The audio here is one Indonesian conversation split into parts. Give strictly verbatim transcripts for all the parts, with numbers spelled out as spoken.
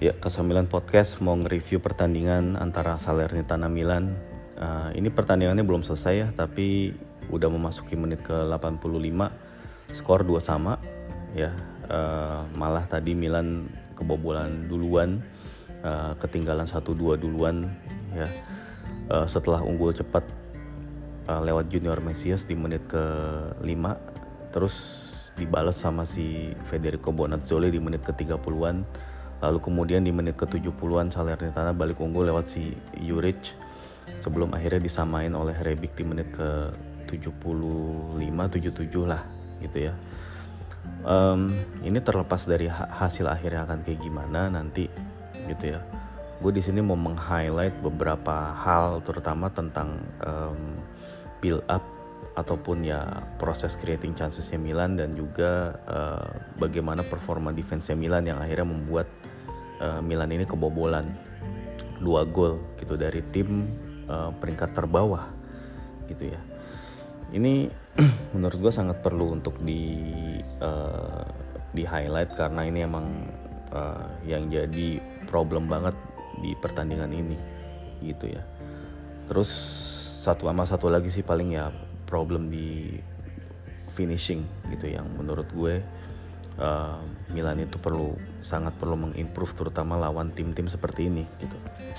Ya, Kesembilan Podcast mau nge-review pertandingan antara Salernitana Milan. Uh, ini pertandingannya belum selesai ya, tapi udah memasuki menit ke delapan puluh lima. Skor dua sama ya. Uh, malah tadi Milan kebobolan duluan, uh, ketinggalan satu dua duluan ya. Uh, setelah unggul cepat uh, lewat Junior Mesias di menit ke lima, terus dibalas sama si Federico Bonazzoli di menit ke tiga puluhan. Lalu kemudian di menit ke tujuh puluhan Salernitana balik unggul lewat si Juric sebelum akhirnya disamain oleh Rebic di menit ke tujuh puluh lima tujuh puluh tujuh lah gitu ya. Um, ini terlepas dari ha- hasil akhirnya akan kayak gimana nanti gitu ya. Gue di sini mau meng-highlight beberapa hal terutama tentang um, build up ataupun ya proses creating chancesnya Milan dan juga uh, bagaimana performa defense-nya Milan yang akhirnya membuat uh, Milan ini kebobolan dua gol gitu dari tim uh, peringkat terbawah gitu ya. Ini menurut gue sangat perlu untuk di uh, di highlight karena ini emang uh, yang jadi problem banget di pertandingan ini gitu ya. Terus satu sama satu lagi sih paling ya problem di finishing gitu yang menurut gue uh, Milan itu perlu sangat perlu mengimprove terutama lawan tim-tim seperti ini gitu.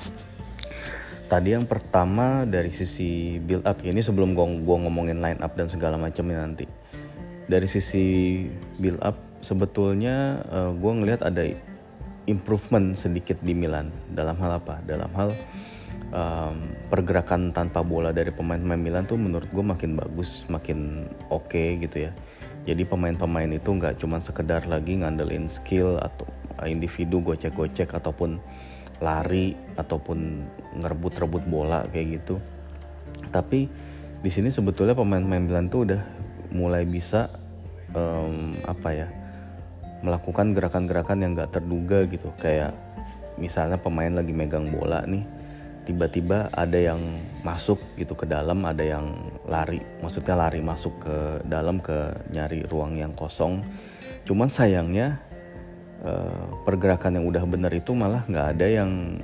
Tadi yang pertama dari sisi build up ini sebelum gue, gue ngomongin line up dan segala macamnya nanti. Dari sisi build up sebetulnya uh, gue ngelihat ada improvement sedikit di Milan dalam hal apa? Dalam hal Um, pergerakan tanpa bola dari pemain-pemain Milan tuh menurut gue makin bagus, makin oke okay gitu ya. Jadi pemain-pemain itu nggak cuma sekedar lagi ngandelin skill atau individu gocek-gocek ataupun lari ataupun ngerebut-rebut bola kayak gitu. Tapi di sini sebetulnya pemain-pemain Milan tuh udah mulai bisa um, apa ya melakukan gerakan-gerakan yang nggak terduga gitu. Kayak misalnya pemain lagi megang bola nih, tiba-tiba ada yang masuk gitu ke dalam, ada yang lari, maksudnya lari masuk ke dalam ke nyari ruang yang kosong. Cuman sayangnya eh, pergerakan yang udah bener itu malah nggak ada yang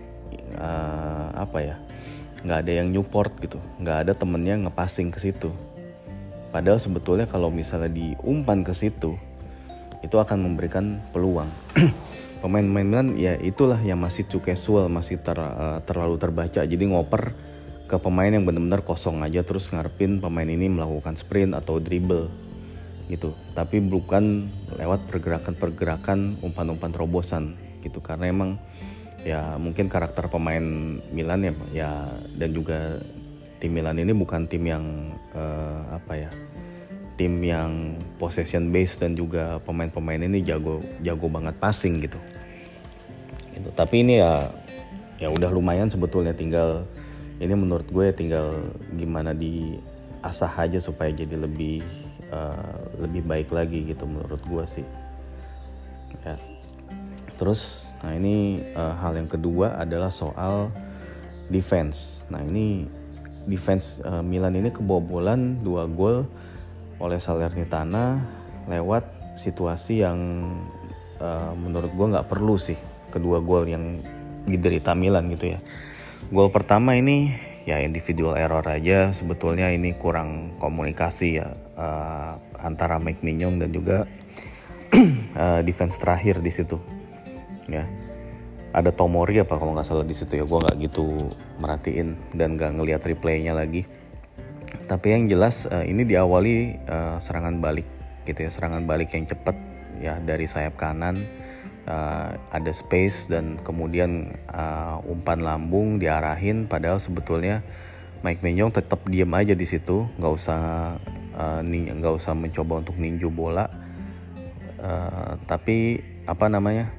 eh, apa ya, nggak ada yang support gitu, nggak ada temennya ngepassing ke situ. Padahal sebetulnya kalau misalnya diumpan ke situ, itu akan memberikan peluang. Pemain-pemain Milan ya itulah yang masih too casual, masih ter, uh, terlalu terbaca. Jadi ngoper ke pemain yang benar-benar kosong aja terus ngarepin pemain ini melakukan sprint atau dribble gitu. Tapi bukan lewat pergerakan-pergerakan umpan-umpan terobosan gitu. Karena emang ya mungkin karakter pemain Milan ya, ya dan juga tim Milan ini bukan tim yang uh, apa ya tim yang possession based dan juga pemain-pemain ini jago jago banget passing gitu. Gitu. Tapi ini ya ya udah lumayan sebetulnya, tinggal ini menurut gue tinggal gimana diasah aja supaya jadi lebih uh, lebih baik lagi gitu menurut gue sih. Ya. Terus nah ini uh, hal yang kedua adalah soal defense. Nah, ini defense uh, Milan ini kebobolan dua gol oleh Salernitana lewat situasi yang uh, menurut gue nggak perlu sih, kedua gol yang diderita Milan gitu ya. Gol pertama ini ya individual error aja, sebetulnya ini kurang komunikasi ya uh, antara Mike Maignan dan juga uh, defense terakhir di situ ya. Ada Tomori apa kalau nggak salah di situ ya, gue nggak gitu merhatiin dan nggak ngelihat replaynya lagi. Tapi yang jelas uh, ini diawali uh, serangan balik gitu ya, serangan balik yang cepat ya dari sayap kanan, uh, ada space dan kemudian uh, umpan lambung diarahin. Padahal sebetulnya Mike Maignan tetap diam aja di situ, nggak usah uh, nggak usah mencoba untuk ninju bola, uh, tapi apa namanya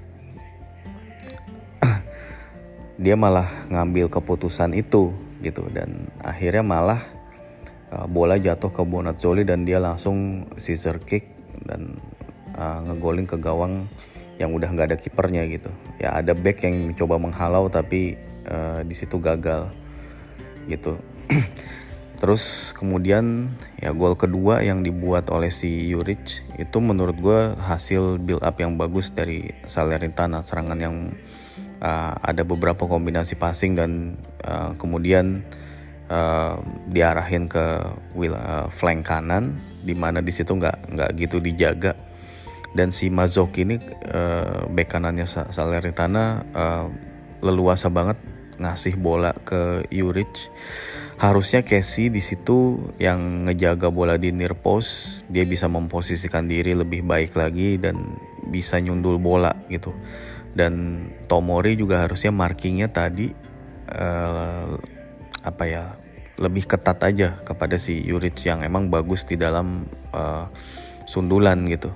dia malah ngambil keputusan itu gitu dan akhirnya malah bola jatuh ke Bonazzoli dan dia langsung scissor kick dan uh, ngegolin ke gawang yang udah nggak ada kipernya gitu. Ya ada back yang mencoba menghalau tapi uh, di situ gagal gitu. Terus kemudian ya gol kedua yang dibuat oleh si Juric itu menurut gue hasil build up yang bagus dari Salernitana, serangan yang uh, ada beberapa kombinasi passing dan uh, kemudian uh, diarahin ke will, uh, flank kanan, di mana di situ nggak nggak gitu dijaga. Dan si Mazzocchi ini uh, bek kanannya Salernitana uh, leluasa banget ngasih bola ke Juric. Harusnya Casey di situ yang ngejaga bola di near post, dia bisa memposisikan diri lebih baik lagi dan bisa nyundul bola gitu. Dan Tomori juga harusnya markingnya tadi uh, apa ya lebih ketat aja kepada si Juric yang emang bagus di dalam uh, sundulan gitu.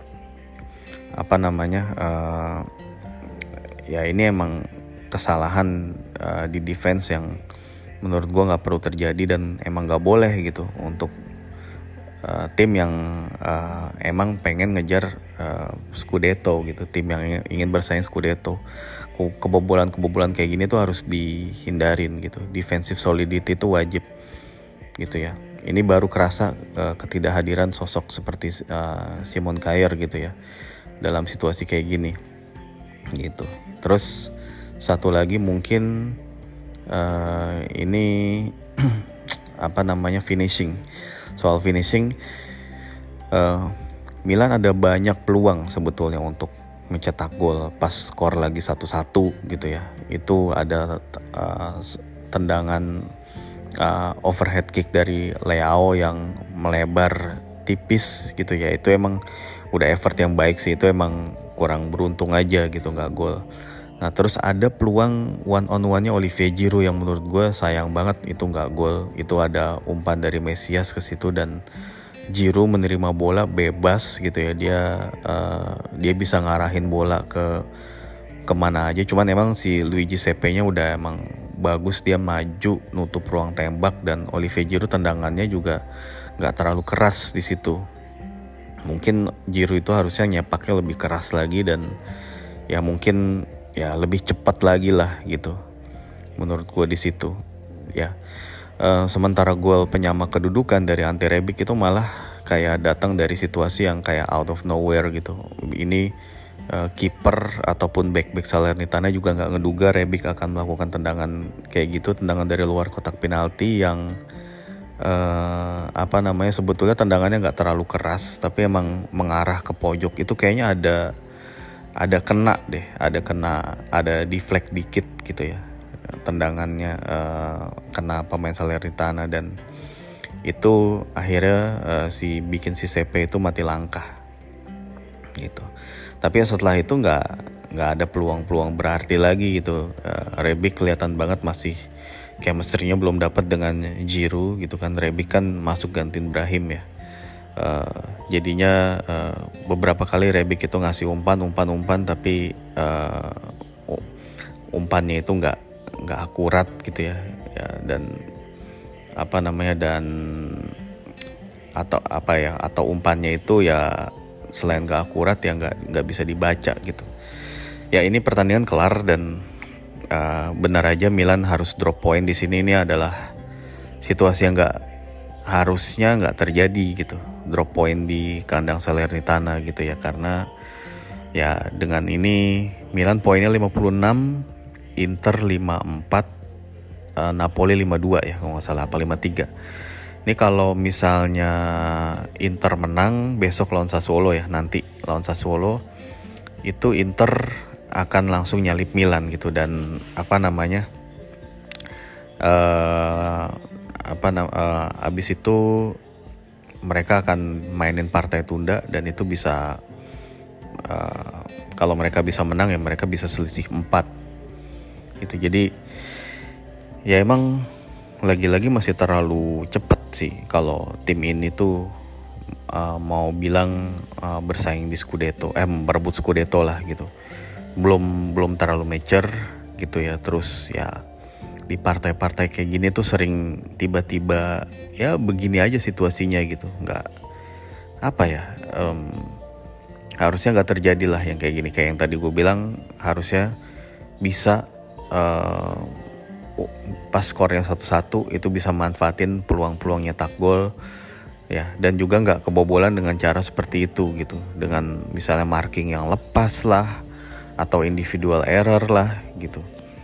Apa namanya uh, ya ini emang kesalahan uh, di defense yang menurut gue nggak perlu terjadi dan emang nggak boleh gitu untuk uh, tim yang uh, emang pengen ngejar uh, Scudetto gitu, tim yang ingin, ingin bersaing Scudetto. Kebobolan-kebobolan kayak gini tuh harus dihindarin gitu. Defensive solidity itu wajib gitu ya. Ini baru kerasa uh, ketidakhadiran sosok seperti uh, Simon Kjaer gitu ya dalam situasi kayak gini gitu. Terus satu lagi mungkin uh, ini apa namanya finishing. Soal finishing, uh, Milan ada banyak peluang sebetulnya untuk mencetak gol pas skor lagi satu satu gitu ya. Itu ada uh, tendangan uh, overhead kick dari Leao yang melebar tipis gitu ya. Itu emang udah effort yang baik sih, itu emang kurang beruntung aja gitu nggak gol. Nah terus ada peluang one on one-nya Olivier Giroud yang menurut gue sayang banget itu nggak gol. Itu ada umpan dari Mesias ke situ dan Giroud menerima bola bebas gitu ya, dia uh, dia bisa ngarahin bola ke kemana aja. Cuman emang si Luigi Sepe-nya udah emang bagus, dia maju nutup ruang tembak dan Olivier Giroud tendangannya juga nggak terlalu keras di situ. Mungkin Giroud itu harusnya nyepaknya lebih keras lagi dan ya mungkin ya lebih cepat lagi lah gitu. Menurut gue di situ ya. Uh, sementara gol penyama kedudukan dari Ante Rebic itu malah kayak datang dari situasi yang kayak out of nowhere gitu. Ini uh, kiper ataupun back-back Salernitana juga nggak ngeduga Rebic akan melakukan tendangan kayak gitu, tendangan dari luar kotak penalti yang Uh, apa namanya sebetulnya tendangannya nggak terlalu keras tapi emang mengarah ke pojok. Itu kayaknya ada ada kena deh, ada kena ada deflect dikit gitu ya tendangannya, uh, kena pemain Salernitana dan itu akhirnya uh, si bikin si Sepe itu mati langkah gitu. Tapi ya setelah itu nggak nggak ada peluang-peluang berarti lagi gitu. uh, Rebic kelihatan banget masih chemistry-nya belum dapat dengan Giroud gitu kan. Rebic kan masuk gantiin Brahim ya. Uh, jadinya uh, beberapa kali Rebic itu ngasih umpan, umpan, umpan tapi uh, umpannya itu nggak nggak akurat gitu ya. Ya dan apa namanya dan atau apa ya atau umpannya itu ya selain nggak akurat ya nggak nggak bisa dibaca gitu. Ya ini pertandingan kelar dan Uh, benar aja Milan harus drop point di sini. Ini adalah situasi yang nggak harusnya nggak terjadi gitu, drop point di kandang Salernitana gitu ya, karena ya dengan ini Milan poinnya lima puluh enam, Inter lima puluh empat, uh, Napoli lima puluh dua ya kalau nggak salah, apa lima puluh tiga. Ini kalau misalnya Inter menang besok lawan Sassuolo ya, nanti lawan Sassuolo itu Inter akan langsung nyalip Milan gitu. Dan apa namanya uh, apa uh, abis itu mereka akan mainin partai tunda dan itu bisa uh, kalau mereka bisa menang ya mereka bisa selisih empat gitu. Jadi ya emang lagi-lagi masih terlalu cepat sih kalau tim ini tuh uh, mau bilang uh, bersaing di Scudetto, eh berebut Scudetto lah gitu. belum belum terlalu mature gitu ya. Terus ya di partai-partai kayak gini tuh sering tiba-tiba ya begini aja situasinya gitu, nggak apa ya um, harusnya nggak terjadi lah yang kayak gini. Kayak yang tadi gue bilang harusnya bisa uh, pas skornya satu satu itu bisa manfaatin peluang-peluang nyetak gol ya, dan juga nggak kebobolan dengan cara seperti itu gitu, dengan misalnya marking yang lepas lah atau individual error lah gitu.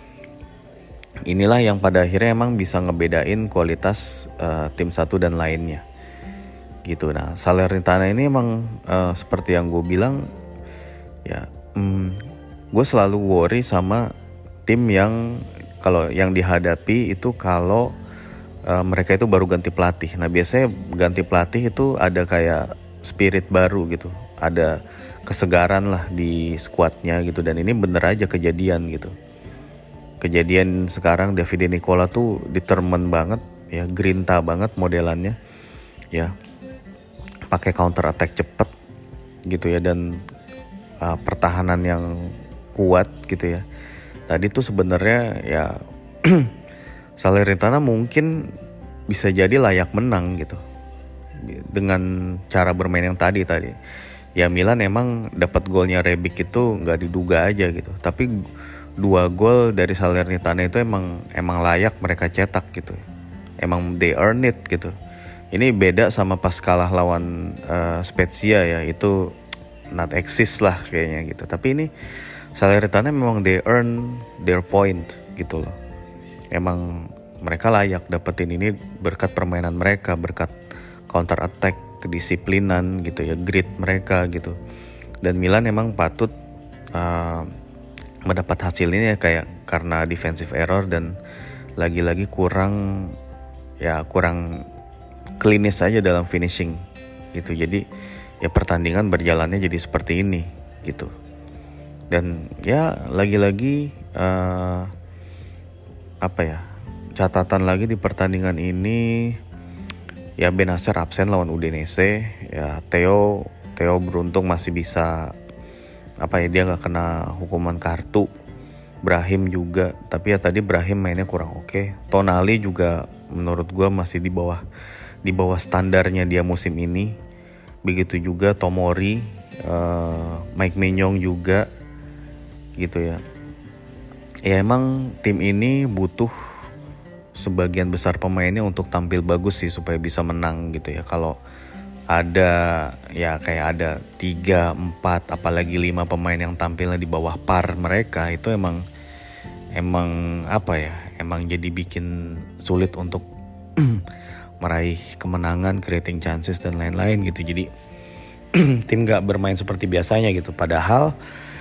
Inilah yang pada akhirnya emang bisa ngebedain kualitas uh, tim satu dan lainnya gitu. Nah, Salernitana ini emang uh, seperti yang gue bilang ya, hmm, gue selalu worry sama tim yang kalau yang dihadapi itu kalau uh, mereka itu baru ganti pelatih. Nah, biasanya ganti pelatih itu ada kayak spirit baru gitu, ada kesegaran lah di skuadnya gitu, dan ini bener aja kejadian gitu. Kejadian sekarang Davide Nicola tuh determined banget ya, grinta banget modelannya ya, pakai counter attack cepet gitu ya, dan uh, pertahanan yang kuat gitu ya. Tadi tuh sebenarnya ya Salernitana mungkin bisa jadi layak menang gitu dengan cara bermain yang tadi tadi. Ya Milan emang dapat golnya Rebic itu nggak diduga aja gitu, tapi dua gol dari Salernitana itu emang emang layak mereka cetak gitu. Emang they earn it gitu. Ini beda sama pas kalah lawan uh, Spezia ya, itu not exist lah kayaknya gitu. Tapi ini Salernitana memang they earn their point gitu loh. Emang mereka layak dapetin ini berkat permainan mereka, berkat counter attack, kedisiplinan gitu ya, grit mereka gitu. Dan Milan emang patut uh, mendapat hasil ini ya, kayak karena defensive error dan lagi-lagi kurang ya kurang klinis aja dalam finishing gitu. Jadi ya pertandingan berjalannya jadi seperti ini gitu. Dan ya lagi-lagi uh, apa ya, catatan lagi di pertandingan ini ya, Benacer absen lawan Udinese ya. Theo Theo beruntung masih bisa apa ya, dia nggak kena hukuman kartu. Brahim juga, tapi ya tadi Brahim mainnya kurang oke. Okay. Tonali juga menurut gue masih di bawah di bawah standarnya dia musim ini. Begitu juga Tomori, uh, Mike Maignan juga gitu ya. Ya emang tim ini butuh sebagian besar pemainnya untuk tampil bagus sih supaya bisa menang gitu ya. Kalau ada ya kayak ada tiga, empat, apalagi lima pemain yang tampilnya di bawah par mereka, itu emang emang apa ya, emang jadi bikin sulit untuk meraih kemenangan, creating chances dan lain-lain gitu. Jadi tim gak bermain seperti biasanya gitu. Padahal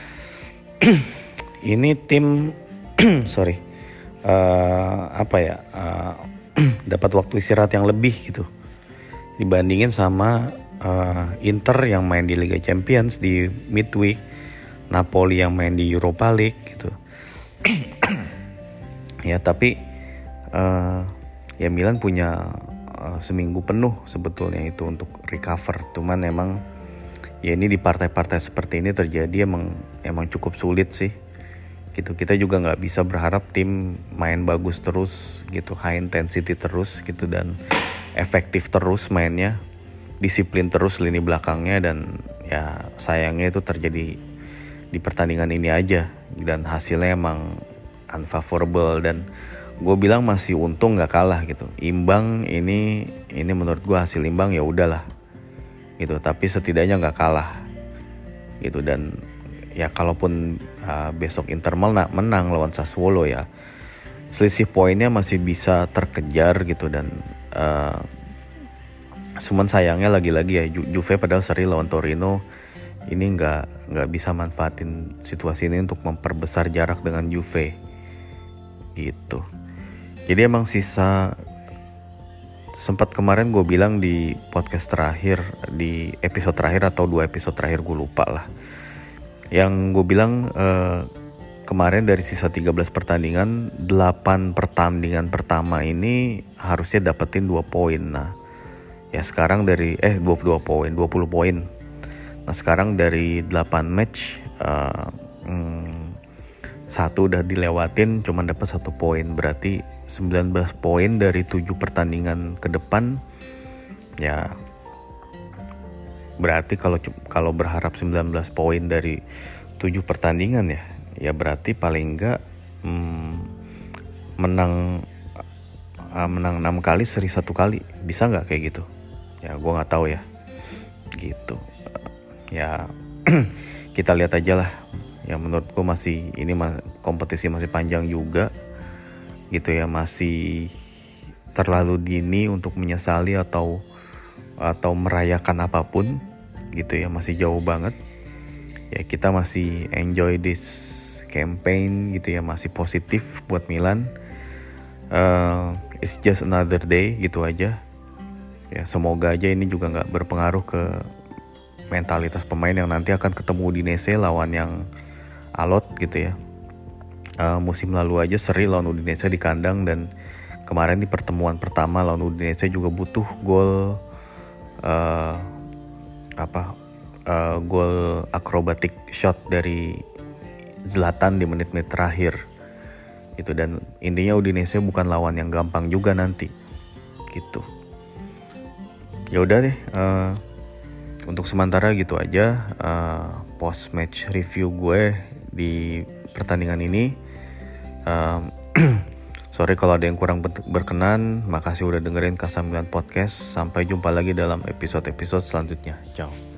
ini tim sorry uh, apa ya uh, dapat waktu istirahat yang lebih gitu dibandingin sama uh, Inter yang main di Liga Champions di midweek, Napoli yang main di Europa League gitu. Ya tapi uh, ya Milan punya uh, seminggu penuh sebetulnya itu untuk recover. Cuman emang ya ini di partai-partai seperti ini terjadi emang emang cukup sulit sih gitu. Kita juga nggak bisa berharap tim main bagus terus gitu, high intensity terus gitu, dan efektif terus mainnya, disiplin terus lini belakangnya. Dan ya sayangnya itu terjadi di pertandingan ini aja, dan hasilnya emang unfavorable. Dan gue bilang masih untung nggak kalah gitu, imbang ini ini menurut gue hasil imbang ya udahlah gitu, tapi setidaknya nggak kalah gitu. Dan ya kalaupun uh, besok Inter menang lawan Sassuolo ya selisih poinnya masih bisa terkejar gitu. Dan uh, cuman sayangnya lagi-lagi ya Ju- Juve padahal seri lawan Torino ini nggak nggak bisa manfaatin situasi ini untuk memperbesar jarak dengan Juve gitu. Jadi emang sisa, sempat kemarin gue bilang di podcast terakhir, di episode terakhir atau dua episode terakhir gue lupa lah, yang gue bilang uh, kemarin dari sisa tiga belas pertandingan, delapan pertandingan pertama ini harusnya dapetin dua poin. Nah, ya sekarang dari eh dua puluh dua poin, dua puluh poin. Nah, sekarang dari delapan match uh, hmm, satu udah dilewatin cuma dapat satu poin. Berarti sembilan belas poin dari tujuh pertandingan ke depan. Ya berarti kalau kalau berharap sembilan belas poin dari tujuh pertandingan ya, ya berarti paling enggak hmm, menang uh, menang enam kali seri satu kali, bisa nggak kayak gitu? Ya gue nggak tahu ya, gitu. Uh, ya kita lihat aja lah. Ya menurutku masih ini ma- kompetisi masih panjang juga, gitu ya, masih terlalu dini untuk menyesali atau atau merayakan apapun, gitu ya, masih jauh banget. Ya kita masih enjoy this campaign, gitu ya, masih positif buat Milan. Uh, it's just another day, gitu aja. Ya semoga aja ini juga nggak berpengaruh ke mentalitas pemain yang nanti akan ketemu Udinese, lawan yang alot, gitu ya. Uh, musim lalu aja seri lawan Udinese di kandang, dan kemarin di pertemuan pertama lawan Udinese juga butuh gol uh, apa uh, gol akrobatik shot dari Zlatan di menit-menit terakhir gitu. Dan intinya Udinese bukan lawan yang gampang juga nanti, gitu. Ya udah deh, uh, untuk sementara gitu aja uh, post match review gue di pertandingan ini. uh, Sorry kalau ada yang kurang berkenan. Makasih udah dengerin K sembilan Podcast. Sampai jumpa lagi dalam episode-episode selanjutnya. Ciao.